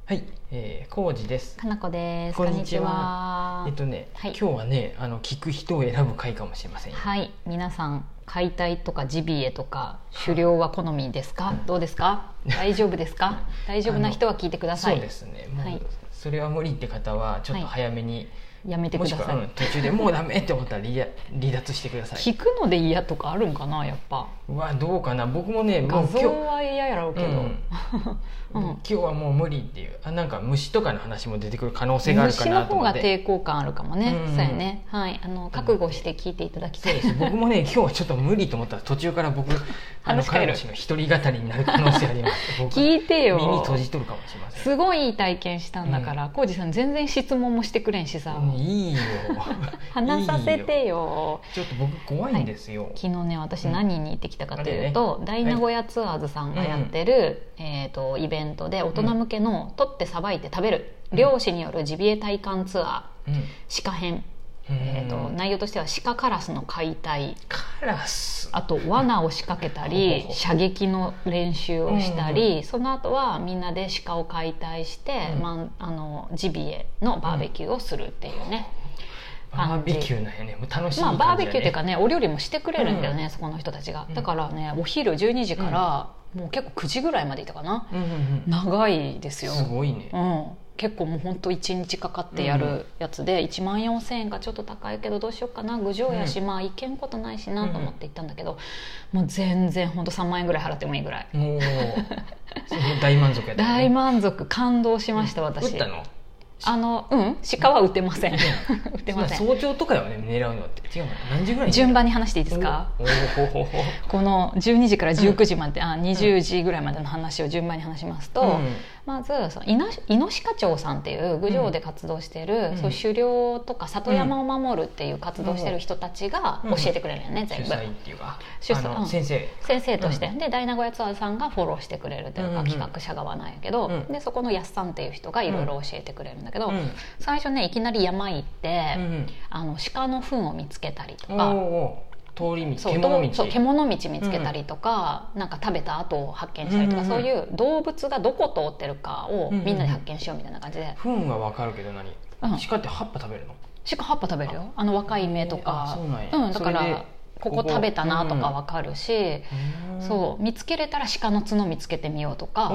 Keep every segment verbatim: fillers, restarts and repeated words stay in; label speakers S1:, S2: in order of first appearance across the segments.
S1: はい、えー、浩二です。
S2: かなこです。
S1: こんにちは。えっとね、はい、今日はね、あの聞く人を選ぶ回かもしれませんよ。
S2: はい、皆さん解体とかジビエとか狩猟は好みですか？どうですか？大丈夫ですか？大丈夫な人は聞いてください。
S1: そうですね。もう、はい、それは無理って方はちょっと早めに、はい、
S2: やめてください。
S1: もしくは、うん、途中でもうダメって思ったら離離脱してください。
S2: 聞くので嫌とかあるんかな、やっぱ。
S1: うわ、どうかな。僕もね、
S2: 画像は嫌やろうけど、うん
S1: うん、今日はもう無理っていう、あ、なんか虫とかの話も出てくる可能性があるかなと思って。
S2: 虫の方が抵抗感あるかもね。うん、そうやね。はい、あの覚悟して聞いていただきたい。
S1: そうです。僕もね、今日はちょっと無理と思ったら途中から僕あの彼氏の一人語りになる可能性あります。
S2: 聞いてよ。
S1: 耳閉じとるかもしれません。
S2: すごいいい体験したんだから、浩二、うん、さん全然質問もしてくれんしさ。
S1: うん、いいよ。
S2: 話させてよ。
S1: ちょっと僕怖いんですよ。はい、
S2: 昨日ね、私何に行ってきたかというと、うん、大名古屋ツアーズさんがやってる、はい、えーとイベントで大人向けの取ってさばいて食べる、うん、漁師によるジビエ体感ツアー、うん、鹿編、えー、と内容としては鹿カラスの解体、
S1: カラス、
S2: あと罠を仕掛けたり射撃の練習をしたり、うんうん、その後はみんなで鹿を解体して、うん、まあ、あのジビエのバーベキューをするっていうね、
S1: うん、バーベキューなんやね。もう楽しい感じだね。
S2: まあ、バーベキューっていうかね、お料理もしてくれるんだよね、うん、そこの人たちが。だからね、お昼じゅうにじから、うん、もう結構くじぐらいまでいたかな、うんうんうん、長いですよ。
S1: すごいね、
S2: うん、結構もうほんといちにちかかってやるやつで、うん、いちまんよんせんえんがちょっと高いけどどうしようかな、郡上やし、うん、まあ行けんことないしなと思って行ったんだけど、うん、もう全然ほんとさんまんえんぐらい払ってもいいぐらい。
S1: もう大満足やった、ね、
S2: 大満足、感動しました、うん、私。
S1: 打ったの？
S2: あのうん鹿は撃てません。撃てません。
S1: 早朝とかよね、狙うのって違うの？何時ぐらいに？
S2: 順番に話していいですか？このじゅうにじからじゅうくじまで、うん、あにじゅうじぐらいまでの話を順番に話しますと、うん、まずその猪鹿町さんっていう郡上で活動している、うん、そういう狩猟とか里山を守るっていう活動してる人たちが教えてくれるよね、うん、全部。主
S1: 催っていうか
S2: 主催、うん、
S1: 先生
S2: 先生として、うん、で大名古屋ツアーさんがフォローしてくれるというか、うん、企画者側なんやけど、うん、でそこのやっさんっていう人がいろいろ教えてくれるんだけど、うん、最初ねいきなり山行って、うん、あの鹿の糞を見つけたりとか、
S1: 通り道、
S2: そう
S1: 獣道、
S2: そう獣道見つけたりとか、うん、なんか食べた後を発見したりとか、うんうんうん、そういう動物がどこ通ってるかをみんなで発見しようみたいな感じで。
S1: 糞は分かるけど何、うん、鹿って葉っぱ食べるの？
S2: 鹿葉っぱ食べるよ。あの若い芽とか、
S1: そうなんや、
S2: うん、だからここ食べたなとか分かるし、うん、そう見つけれたら鹿の角見つけてみようとか、うん、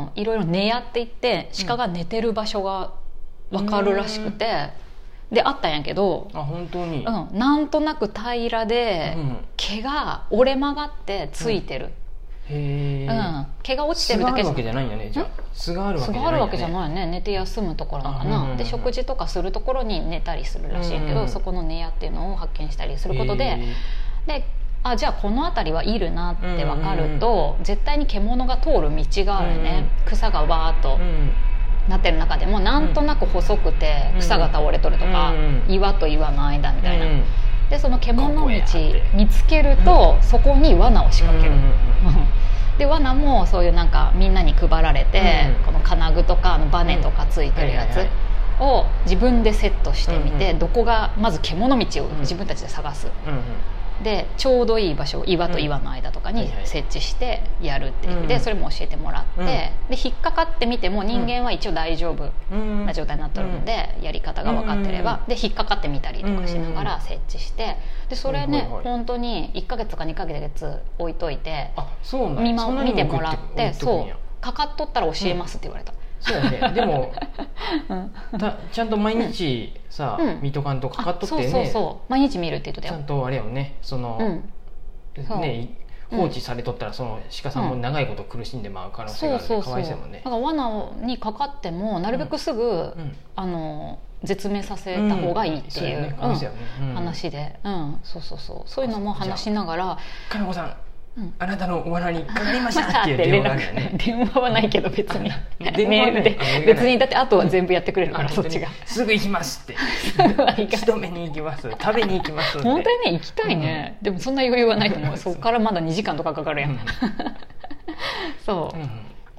S2: いろいろ寝屋って言って鹿が寝てる場所が分かるらしくて、うん、であったんやけど、
S1: あ本当に、
S2: うん、なんとなく平らで、うん、毛が折れ曲がってついてる、うん、へうん、毛が落ちてるだけ
S1: じゃ、巣があるわけじゃないんだね。じゃあ巣があるわけじゃないんだね。巣があるわけじゃないね。寝て休むところなのかな、うんうんうん、で食事とかするところに寝たりするらしいけど、うんうん、そこの寝屋っていうのを発見したりすることで、であじゃあこの辺りはいるなって分かると、うんうん、絶対に獣が通る道があるね、うんうん、草がわーっと、うんなってる中でもなんとなく細くて草が倒れとるとか、うん、岩と岩の間みたいな、うん、でその獣道見つけると、うん、そこに罠を仕掛ける、うん、で罠もそういうなんかみんなに配られて、うん、この金具とかあのバネとかついてるやつを自分でセットしてみて、うん、どこがまず獣道を自分たちで探す、うんうんでちょうどいい場所を岩と岩の間とかに設置してやるっていう、うん、でそれも教えてもらって、うん、で引っかかってみても人間は一応大丈夫な状態になってるので、うん、やり方が分かってればで引っかかってみたりとかしながら設置してでそれね、うん、本当にいっかげつかにかげつ置いといて見, ま見てもらってそうかかっとったら教えますって言われた、うんそうね、でも、うん、ちゃんと毎日さ、うん、見とかんとかかっとってね、
S2: そうそうそう毎日見るって言ってたよ。
S1: ちゃんとあれよね、その、うん、ね放置されとったらその鹿さんも長いこと苦しんでまう可能性があるのでかわいそうもんね。
S2: だから罠にかかってもなるべくすぐ、うん、あの絶命させた方がいいっていう、うんねうん、話で、うん、そうそうそうそういうのも話しながら、
S1: かなこさんうん、あなたの罠にかかりましたっていう電話があるよね。
S2: 電話はないけど別にメールで別にだってあとは全部やってくれるからそっちが
S1: すぐ行きますって一目に行きます食べに行きますって
S2: 本当にね行きたいね、うん、でもそんな余裕はないと思うそこからまだにじかんとかかかるやん、うん、そう、うん、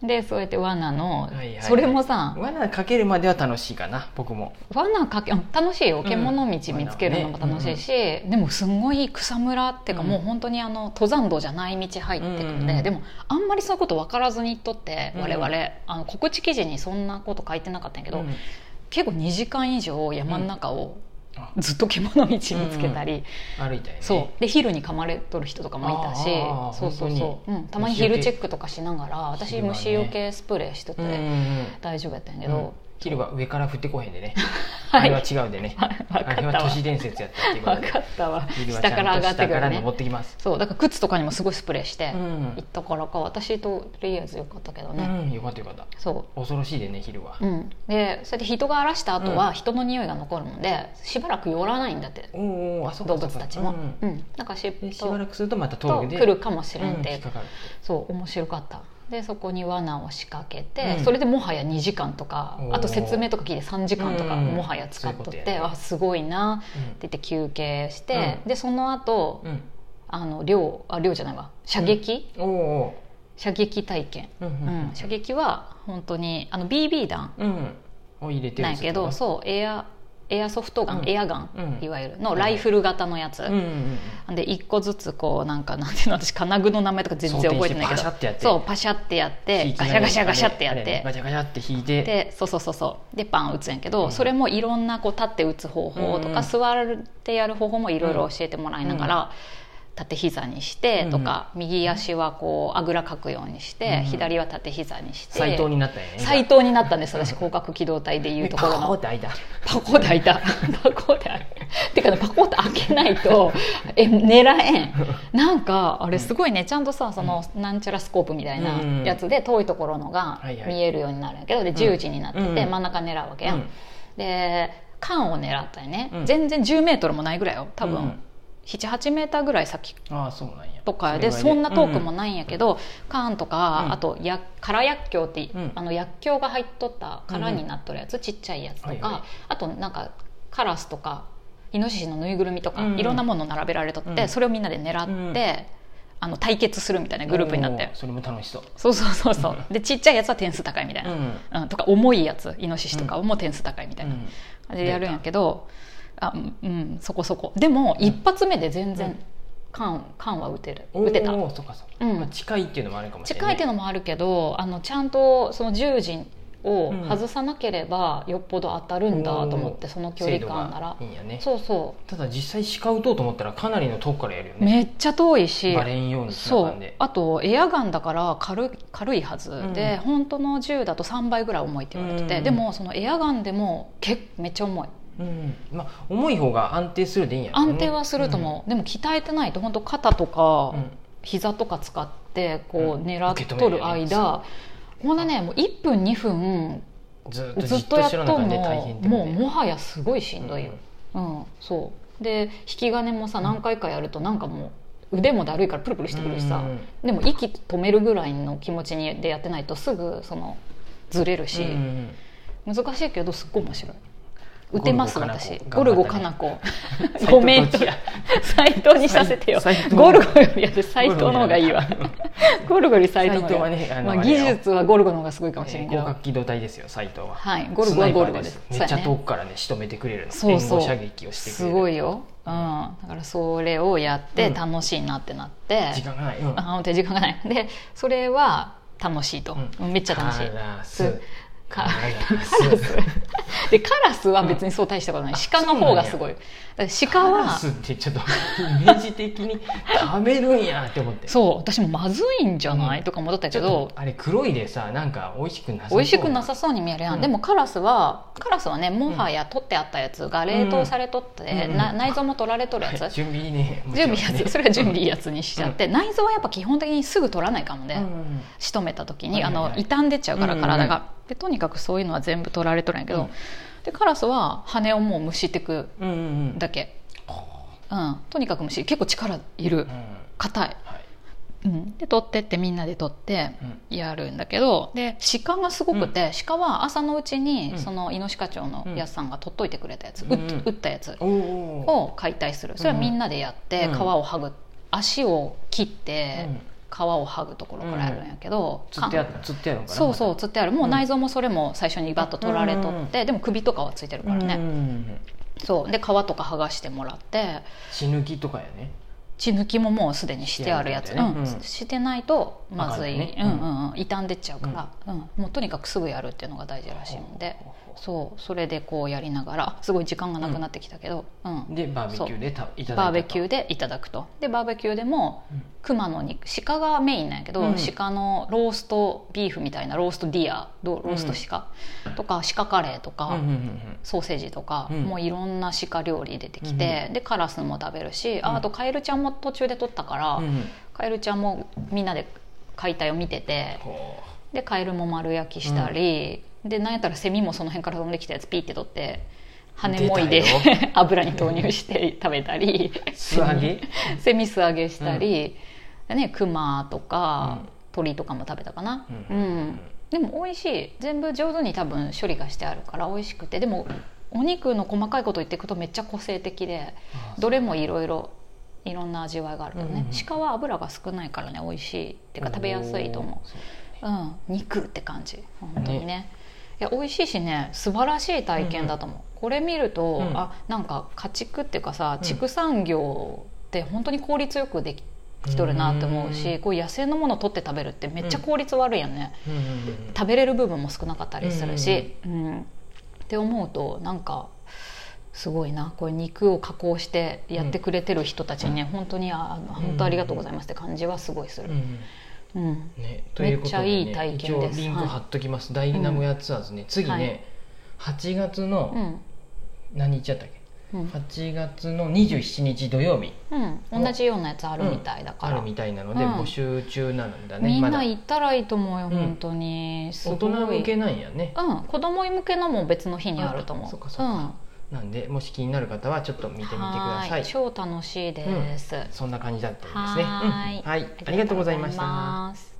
S2: でそうやって罠の、はいはいはい、それもさ
S3: 罠かけるまでは楽しいかな僕も。
S2: 罠かけ楽しいよ、獣道見つけるのも楽しいし、ね、うん、でもすごい草むらっていうか、うん、もう本当にあの登山道じゃない道入ってくるんで、うんうん、でもあんまりそういうこと分からずに行っとって、我々、うん、あの告知記事にそんなこと書いてなかったんやけど、うん、結構にじかん以上山の中を、うん、ずっと獣道見つけたり、
S3: うんうん、歩いたよね。
S2: そうで昼に噛まれとる人とかもいたし、そうそうそう、うん、たまに昼チェックとかしながら私虫除けスプレーしてて大丈夫やったんやけど、うんうん、
S3: 昼は上から降ってこへんでね、はい、あれは違うんでねあれは都市伝説やったっていうことで
S2: 分かったわ、下から上がってくるね、下から
S3: 登ってきます。
S2: そうだから靴とかにもすごいスプレーして行ったからか、私とりあえずよかったけどね、
S3: うん、よかったよかった。そう恐ろしいでね昼は、
S2: うん、でそれで人が荒らした後は人の匂いが残るのでしばらく寄らないんだって、うん、あそうか動物たちも、うんうん、なんかし,
S3: しばらくするとまた峠で
S2: 来るかもしれんって、
S3: うん、
S2: そう面白かった。でそこに罠を仕掛けて、うん、それでもはやにじかんとかあと説明とか聞いてさんじかんとかもはや使っとって、うん、あすごいなって言って休憩して、うん、でその後、うん、あの猟あ猟じゃないわ射撃、うん、射撃体験、うんうんうん、射撃は本当にあの ビービー 弾なんやけど、そうエアエアソフトガン、うん、エアガン、うん、いわゆるのライフル型のやつ、うんうんうん、でいっこずつこうなんかなんていうの私金具の名前とか全然覚えてないけどそうパシャってやってガシャガシャガシャってやって
S3: ガシャガシャって引いて
S2: でそうそうそうそうでパン打つんやけど、うん、それもいろんなこう立って打つ方法とか、うん、座ってやる方法もいろいろ教えてもらいながら、うん縦膝にしてとか、うん、右足はこうあぐらかくようにして、うん、左は縦膝にして
S3: 斉藤になったよね。
S2: 斉藤になったんです私広角機動隊でいうところの
S3: パコって開いた
S2: パコって開いたパコって開いたてかねパコって開けないとえ狙えんなんかあれすごいねちゃんとさそのなんちゃらスコープみたいなやつで遠いところのが見えるようになるんやけどで十字になってて真ん中狙うわけやん、うん、で缶を狙ったよね、うん、全然じゅうメートルもないぐらいよ多分、うんななはちメーターぐらい先とかで そ, そんな遠くもないんやけど、うん、缶とか、うん、あとや空薬莢って、うん、あの薬莢が入っとった空になっとるやつ、うん、ちっちゃいやつとか、はいはい、あとなんかカラスとかイノシシのぬいぐるみとか、うん、いろんなもの並べられとって、うん、それをみんなで狙って、うん、あの対決するみたいなグループになって
S3: それも楽しそう
S2: そうそうそうそうでちっちゃいやつは点数高いみたいな、うんうん、とか重いやつイノシシとかも点数高いみたいな、うん、でやるんやけどあうん、そこそこでも一発目で全然缶、缶は打てる打てた
S3: おそうかそう、うんまあ、近いっていうのもあるかもしれない、
S2: 近いっていうのもあるけどあのちゃんとその十字を外さなければよっぽど当たるんだと思って、うん、その距離感なら
S3: いいんや、ね、
S2: そうそう
S3: ただ実際鹿撃とうと思ったらかなりの遠くからやるよね
S2: めっちゃ遠いし
S3: バレんように
S2: そうあとエアガンだから軽い、軽いはず、うん、で本当の銃だとさんばいぐらい重いって言われてて、うん、でもそのエアガンでも結めっちゃ重い
S3: うんまあ、重い方が安定するでいいんやろね
S2: 安定はすると思う、うん、でも鍛えてないと本当肩とか、うん、膝とか使ってこう狙っとる間、うん、ほんとねもういっぷんにふんずっと、ずっとやっとんのもうもはやすごいしんどいよ、うんうん、そうで引き金もさ何回かやるとなんかもう腕もだるいからプルプルしてくるしさ、うん、でも息止めるぐらいの気持ちでやってないとすぐそのずれるし、うん、難しいけどすっごい面白い打てます私ゴルゴかなこごメートル斎藤にさせてよゴルゴより私斎藤の方がいいわゴルゴより斎藤の方が、ねまあ、技術はゴルゴの方がすごいかもしれないけど、
S3: えー、広角機動隊ですよ斎藤は
S2: はいゴルゴはゴルゴです、
S3: めっちゃ遠くからね仕留めてくれるの援護射撃をしてくれる
S2: すごいよ、うん、だからそれをやって楽しいなってなって、
S3: うん、時間がない、うん、
S2: あ本当に時間がないでそれは楽しいと、うん、めっちゃ楽しいカラスでカラスは別にそう大したことない、うん、鹿の方がすごい鹿は
S3: カラスってちょっとイメージ的に食べるんやって思って
S2: そう私もまずいんじゃない、うん、とか思ったけど
S3: あれ黒いでさなんか美味しくなさそう
S2: 美味しくなさそうに見えるやん、うん、でもカラスはカラスはねもはや取ってあったやつが冷凍されとって、うん、な内臓も取られとるやつ、
S3: はい、準備いいね
S2: 準備いいやつそれは準備いいやつにしちゃって、うん、内臓はやっぱ基本的にすぐ取らないかもね、うん、仕留めた時に、はいはいはい、あの傷んでっちゃうから体が、うんうんでとにかくそういうのは全部取られとるんやけど、うん、でカラスは羽をもうむしってくだけ、うんうんうん、とにかくむし結構力いる硬、うん、い、はいうん、で取ってってみんなで取ってやるんだけどで鹿がすごくて、うん、鹿は朝のうちに、うん、そのイノシカ町のやつさんが取っといてくれたやつ、うん、打ったやつを解体するそれはみんなでやって、うん、皮を剥ぐ足を切って、 皮を剥ぐところからやるんやけど、
S3: うん、つってやつってやるのかな。
S2: そうそうつってやる。もう内臓もそれも最初にバッと取られとって、うん、でも首とかはついてるからね、うん、そうで皮とか剥がしてもらって、
S3: 血抜きとかやね。
S2: 血抜きももうすでにしてあるやつ、ね、うんうん、してないとまずい、ね、うんうんうん、傷んでっちゃうから、うんうん、もうとにかくすぐやるっていうのが大事らしいので、そうそれでこうやりながら、すごい時間がなくなってきたけど、うん
S3: うん、でバーベキューでたいただいたと。
S2: バーベキューでいただくと。でバーベキューでも、うん、熊の肉、鹿がメインなんやけど、うん、鹿のローストビーフみたいな、ローストディアロースト鹿、うん、とか鹿カレーとか、うんうんうんうん、ソーセージとか、うん、もういろんな鹿料理出てきて、うん、でカラスも食べるし、うん、あ, あとカエルちゃんも途中で取ったから、うん、カエルちゃんもみんなで解体を見てて、うん、でカエルも丸焼きしたり、うん、でなんやったらセミもその辺から飛んできたやつピーって取って羽もいで油に投入して食べたり
S3: 素揚げ
S2: セミ素揚げしたり、うんね、クマとか、うん、鳥とかも食べたかな、うんうん、でも美味しい。全部上手に多分処理がしてあるから美味しくて、でもお肉の細かいこと言っていくとめっちゃ個性的で、どれもいろいろいろんな味わいがあるけどね、うんうん、鹿は油が少ないからね美味しいっていうか食べやすいと思う、うん、肉って感じ本当に ね, ねいや美味しいしね、素晴らしい体験だと思う、うんうん、これ見ると、うん、あなんか家畜っていうかさ、畜産業って本当に効率よくできとるなって思うし、うん、こう野生のものを取って食べるってめっちゃ効率悪いよね、うんうんうん、食べれる部分も少なかったりするし、うんうんうん、って思うとなんかすごいな、これ肉を加工してやってくれてる人たちにね、うん、本当にあ本当ありがとうございますって感じはすごいする、うんうんね、ということで、ね、めっちゃいい体験です。
S3: 一応リンク貼っときます、はい、大名古屋ツアーズね、次ね、はい、はちがつの、うん、何日やったっけ、うん、はちがつのにじゅうしちにち土曜日、
S2: うん、同じようなやつあるみたいだから、
S3: うん、あるみたいなので、うん、募集中なんだね。
S2: みんな行ったらいいと思うよ、ま、本当にすごい
S3: 大人向けなんやね、
S2: うん、子供向けのも別の日にあると思う。
S3: そうかそうか、うんなんでもし気になる方はちょっと見てみてください。
S2: 超楽しいです、
S3: うん、そんな感じだったんですね。
S2: はい、
S3: うん、はい、ありがとうございました。